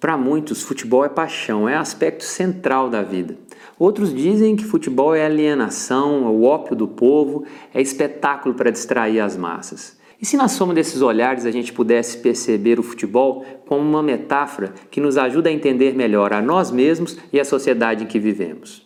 Para muitos, futebol é paixão, é aspecto central da vida. Outros dizem que futebol é alienação, é o ópio do povo, é espetáculo para distrair as massas. E se na soma desses olhares a gente pudesse perceber o futebol como uma metáfora que nos ajuda a entender melhor a nós mesmos e a sociedade em que vivemos?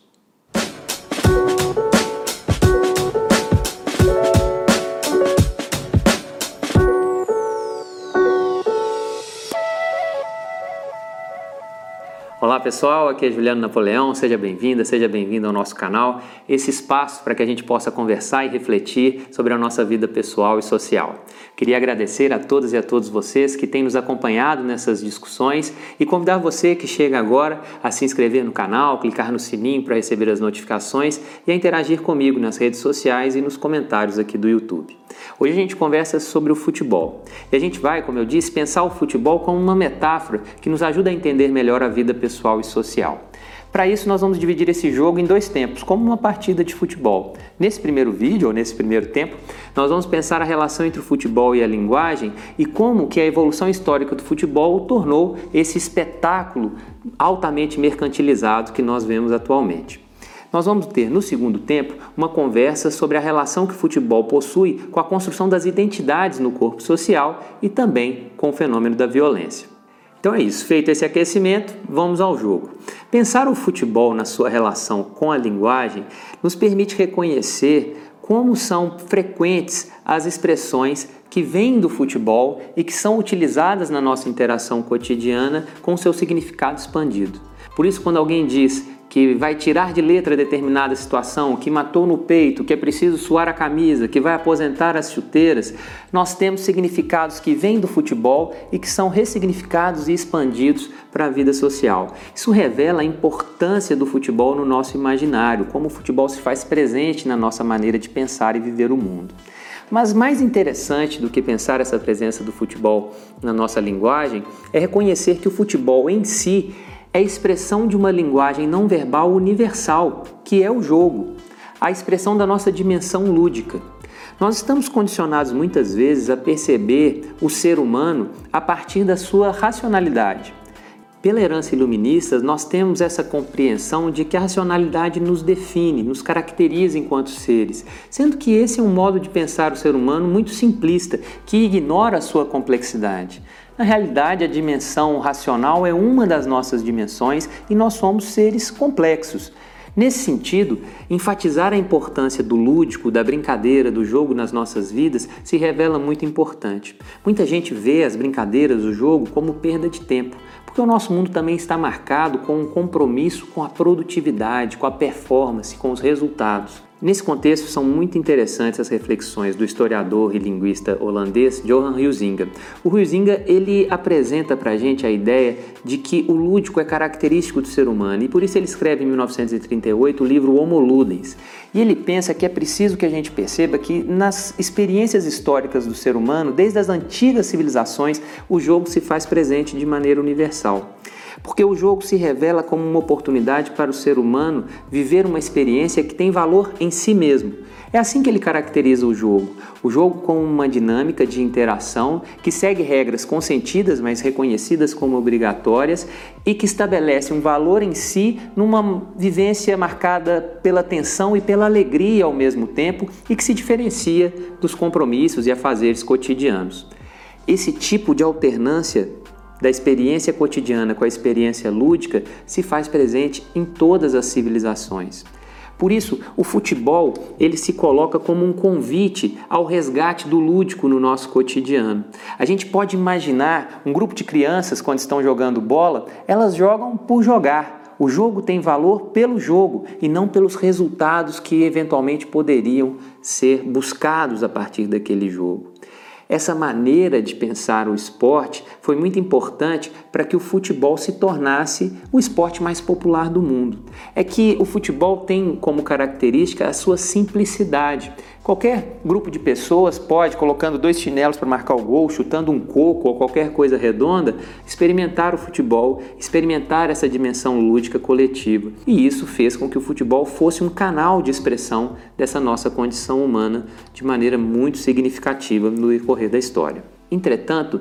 Olá pessoal, aqui é Juliano Napoleão, seja bem-vinda, seja bem-vindo ao nosso canal, esse espaço para que a gente possa conversar e refletir sobre a nossa vida pessoal e social. Queria agradecer a todas e a todos vocês que têm nos acompanhado nessas discussões e convidar você que chega agora a se inscrever no canal, clicar no sininho para receber as notificações e a interagir comigo nas redes sociais e nos comentários aqui do YouTube. Hoje a gente conversa sobre o futebol e a gente vai, como eu disse, pensar o futebol como uma metáfora que nos ajuda a entender melhor a vida pessoal e social. Para isso nós vamos dividir esse jogo em dois tempos, como uma partida de futebol. Nesse primeiro vídeo, ou nesse primeiro tempo, nós vamos pensar a relação entre o futebol e a linguagem e como que a evolução histórica do futebol tornou esse espetáculo altamente mercantilizado que nós vemos atualmente. Nós vamos ter, no segundo tempo, uma conversa sobre a relação que o futebol possui com a construção das identidades no corpo social e também com o fenômeno da violência. Então é isso, feito esse aquecimento, vamos ao jogo. Pensar o futebol na sua relação com a linguagem nos permite reconhecer como são frequentes as expressões que vêm do futebol e que são utilizadas na nossa interação cotidiana com seu significado expandido. Por isso, quando alguém diz que vai tirar de letra determinada situação, que matou no peito, que é preciso suar a camisa, que vai aposentar as chuteiras, nós temos significados que vêm do futebol e que são ressignificados e expandidos para a vida social. Isso revela a importância do futebol no nosso imaginário, como o futebol se faz presente na nossa maneira de pensar e viver o mundo. Mas mais interessante do que pensar essa presença do futebol na nossa linguagem é reconhecer que o futebol em si é a expressão de uma linguagem não verbal universal, que é o jogo, a expressão da nossa dimensão lúdica. Nós estamos condicionados muitas vezes a perceber o ser humano a partir da sua racionalidade. Pela herança iluminista, nós temos essa compreensão de que a racionalidade nos define, nos caracteriza enquanto seres, sendo que esse é um modo de pensar o ser humano muito simplista, que ignora a sua complexidade. Na realidade, a dimensão racional é uma das nossas dimensões e nós somos seres complexos. Nesse sentido, enfatizar a importância do lúdico, da brincadeira, do jogo nas nossas vidas se revela muito importante. Muita gente vê as brincadeiras, o jogo, como perda de tempo, porque o nosso mundo também está marcado com um compromisso com a produtividade, com a performance, com os resultados. Nesse contexto, são muito interessantes as reflexões do historiador e linguista holandês Johan Huizinga. O Huizinga, ele apresenta para a gente a ideia de que o lúdico é característico do ser humano e por isso ele escreve em 1938 o livro Homo Ludens. E ele pensa que é preciso que a gente perceba que nas experiências históricas do ser humano, desde as antigas civilizações, o jogo se faz presente de maneira universal. Porque o jogo se revela como uma oportunidade para o ser humano viver uma experiência que tem valor em si mesmo. É assim que ele caracteriza o jogo como uma dinâmica de interação que segue regras consentidas, mas reconhecidas como obrigatórias e que estabelece um valor em si numa vivência marcada pela tensão e pela alegria ao mesmo tempo e que se diferencia dos compromissos e afazeres cotidianos. Esse tipo de alternância da experiência cotidiana com a experiência lúdica se faz presente em todas as civilizações. Por isso, o futebol ele se coloca como um convite ao resgate do lúdico no nosso cotidiano. A gente pode imaginar um grupo de crianças quando estão jogando bola, elas jogam por jogar. O jogo tem valor pelo jogo e não pelos resultados que eventualmente poderiam ser buscados a partir daquele jogo. Essa maneira de pensar o esporte foi muito importante para que o futebol se tornasse o esporte mais popular do mundo. É que o futebol tem como característica a sua simplicidade. Qualquer grupo de pessoas pode, colocando 2 chinelos para marcar o gol, chutando um coco ou qualquer coisa redonda, experimentar o futebol, experimentar essa dimensão lúdica coletiva. E isso fez com que o futebol fosse um canal de expressão dessa nossa condição humana de maneira muito significativa no decorrer da história. Entretanto,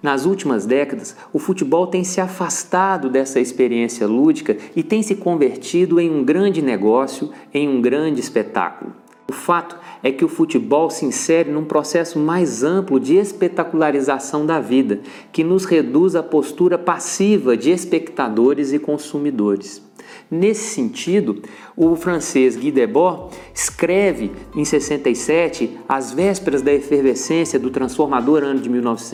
Nas últimas décadas, o futebol tem se afastado dessa experiência lúdica e tem se convertido em um grande negócio, em um grande espetáculo. O fato é que o futebol se insere num processo mais amplo de espetacularização da vida, que nos reduz à postura passiva de espectadores e consumidores. Nesse sentido, o francês Guy Debord escreve em 67, às vésperas da efervescência do transformador ano de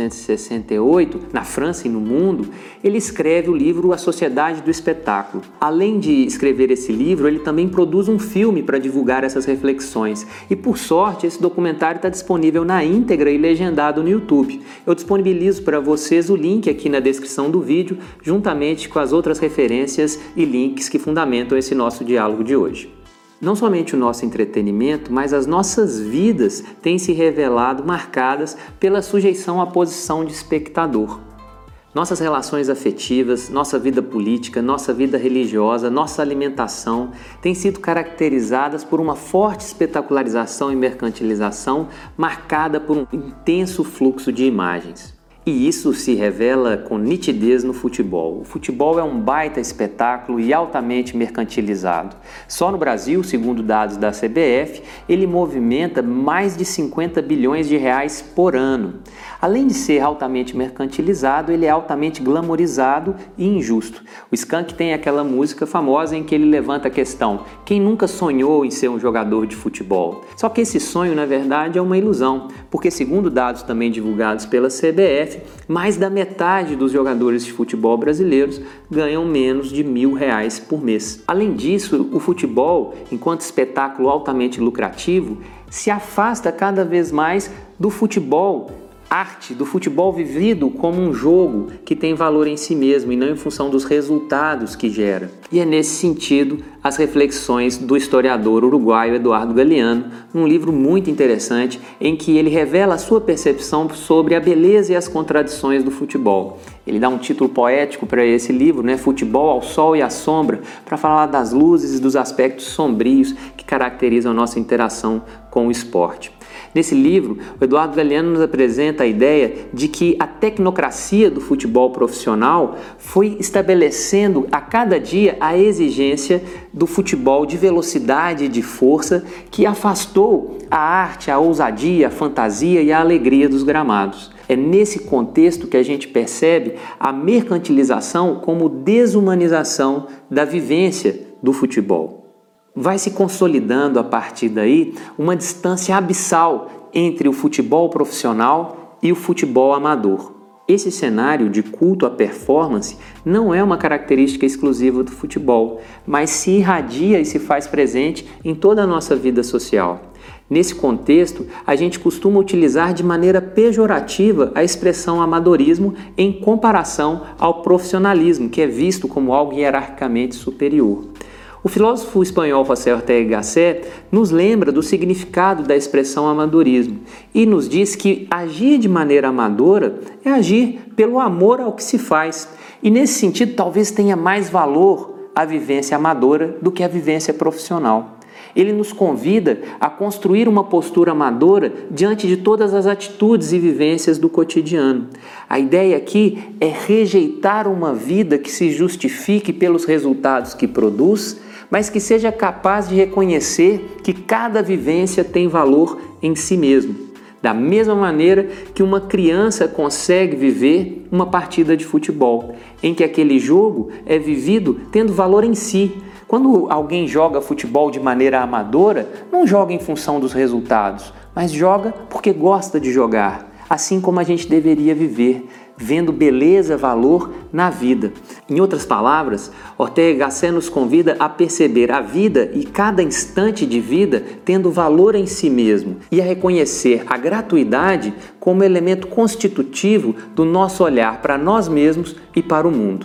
1968, na França e no mundo, ele escreve o livro A Sociedade do Espetáculo. Além de escrever esse livro, ele também produz um filme para divulgar essas reflexões. E por sorte, esse documentário está disponível na íntegra e legendado no YouTube. Eu disponibilizo para vocês o link aqui na descrição do vídeo, juntamente com as outras referências e links que fundamentam esse nosso diálogo de hoje. Não somente o nosso entretenimento, mas as nossas vidas têm se revelado marcadas pela sujeição à posição de espectador. Nossas relações afetivas, nossa vida política, nossa vida religiosa, nossa alimentação têm sido caracterizadas por uma forte espetacularização e mercantilização marcada por um intenso fluxo de imagens. E isso se revela com nitidez no futebol. O futebol é um baita espetáculo e altamente mercantilizado. Só no Brasil, segundo dados da CBF, ele movimenta mais de 50 bilhões de reais por ano. Além de ser altamente mercantilizado, ele é altamente glamorizado e injusto. O Skank tem aquela música famosa em que ele levanta a questão: quem nunca sonhou em ser um jogador de futebol? Só que esse sonho, na verdade, é uma ilusão, porque segundo dados também divulgados pela CBF, mais da metade dos jogadores de futebol brasileiros ganham menos de R$1.000 por mês. Além disso, o futebol, enquanto espetáculo altamente lucrativo, se afasta cada vez mais do futebol arte, do futebol vivido como um jogo que tem valor em si mesmo e não em função dos resultados que gera. E é nesse sentido as reflexões do historiador uruguaio Eduardo Galeano, num livro muito interessante em que ele revela a sua percepção sobre a beleza e as contradições do futebol. Ele dá um título poético para esse livro, Futebol ao Sol e à Sombra, para falar das luzes e dos aspectos sombrios que caracterizam a nossa interação com o esporte. Nesse livro, o Eduardo Galeano nos apresenta a ideia de que a tecnocracia do futebol profissional foi estabelecendo a cada dia a exigência do futebol de velocidade e de força que afastou a arte, a ousadia, a fantasia e a alegria dos gramados. É nesse contexto que a gente percebe a mercantilização como desumanização da vivência do futebol. Vai se consolidando a partir daí uma distância abissal entre o futebol profissional e o futebol amador. Esse cenário de culto à performance não é uma característica exclusiva do futebol, mas se irradia e se faz presente em toda a nossa vida social. Nesse contexto, a gente costuma utilizar de maneira pejorativa a expressão amadorismo em comparação ao profissionalismo, que é visto como algo hierarquicamente superior. O filósofo espanhol José Ortega y Gasset nos lembra do significado da expressão amadorismo e nos diz que agir de maneira amadora é agir pelo amor ao que se faz. E nesse sentido, talvez tenha mais valor a vivência amadora do que a vivência profissional. Ele nos convida a construir uma postura amadora diante de todas as atitudes e vivências do cotidiano. A ideia aqui é rejeitar uma vida que se justifique pelos resultados que produz, mas que seja capaz de reconhecer que cada vivência tem valor em si mesmo. Da mesma maneira que uma criança consegue viver uma partida de futebol, em que aquele jogo é vivido tendo valor em si. Quando alguém joga futebol de maneira amadora, não joga em função dos resultados, mas joga porque gosta de jogar, assim como a gente deveria viver, vendo beleza, valor na vida. Em outras palavras, Ortega y Gasset nos convida a perceber a vida e cada instante de vida tendo valor em si mesmo e a reconhecer a gratuidade como elemento constitutivo do nosso olhar para nós mesmos e para o mundo.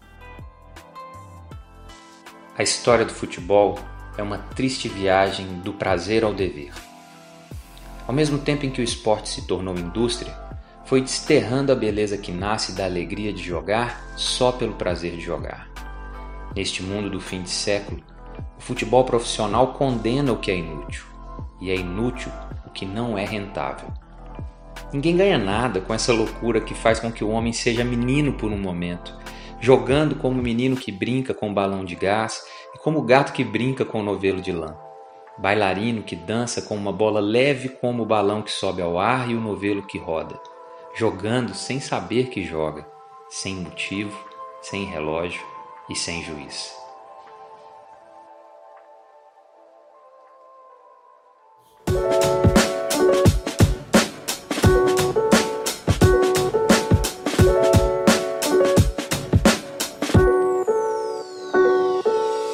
A história do futebol é uma triste viagem do prazer ao dever. Ao mesmo tempo em que o esporte se tornou indústria, foi desterrando a beleza que nasce da alegria de jogar só pelo prazer de jogar. Neste mundo do fim de século, o futebol profissional condena o que é inútil, e é inútil o que não é rentável. Ninguém ganha nada com essa loucura que faz com que o homem seja menino por um momento, jogando como o menino que brinca com um balão de gás e como o gato que brinca com um novelo de lã. Bailarino que dança com uma bola leve como o balão que sobe ao ar e o novelo que roda, jogando sem saber que joga, sem motivo, sem relógio e sem juiz.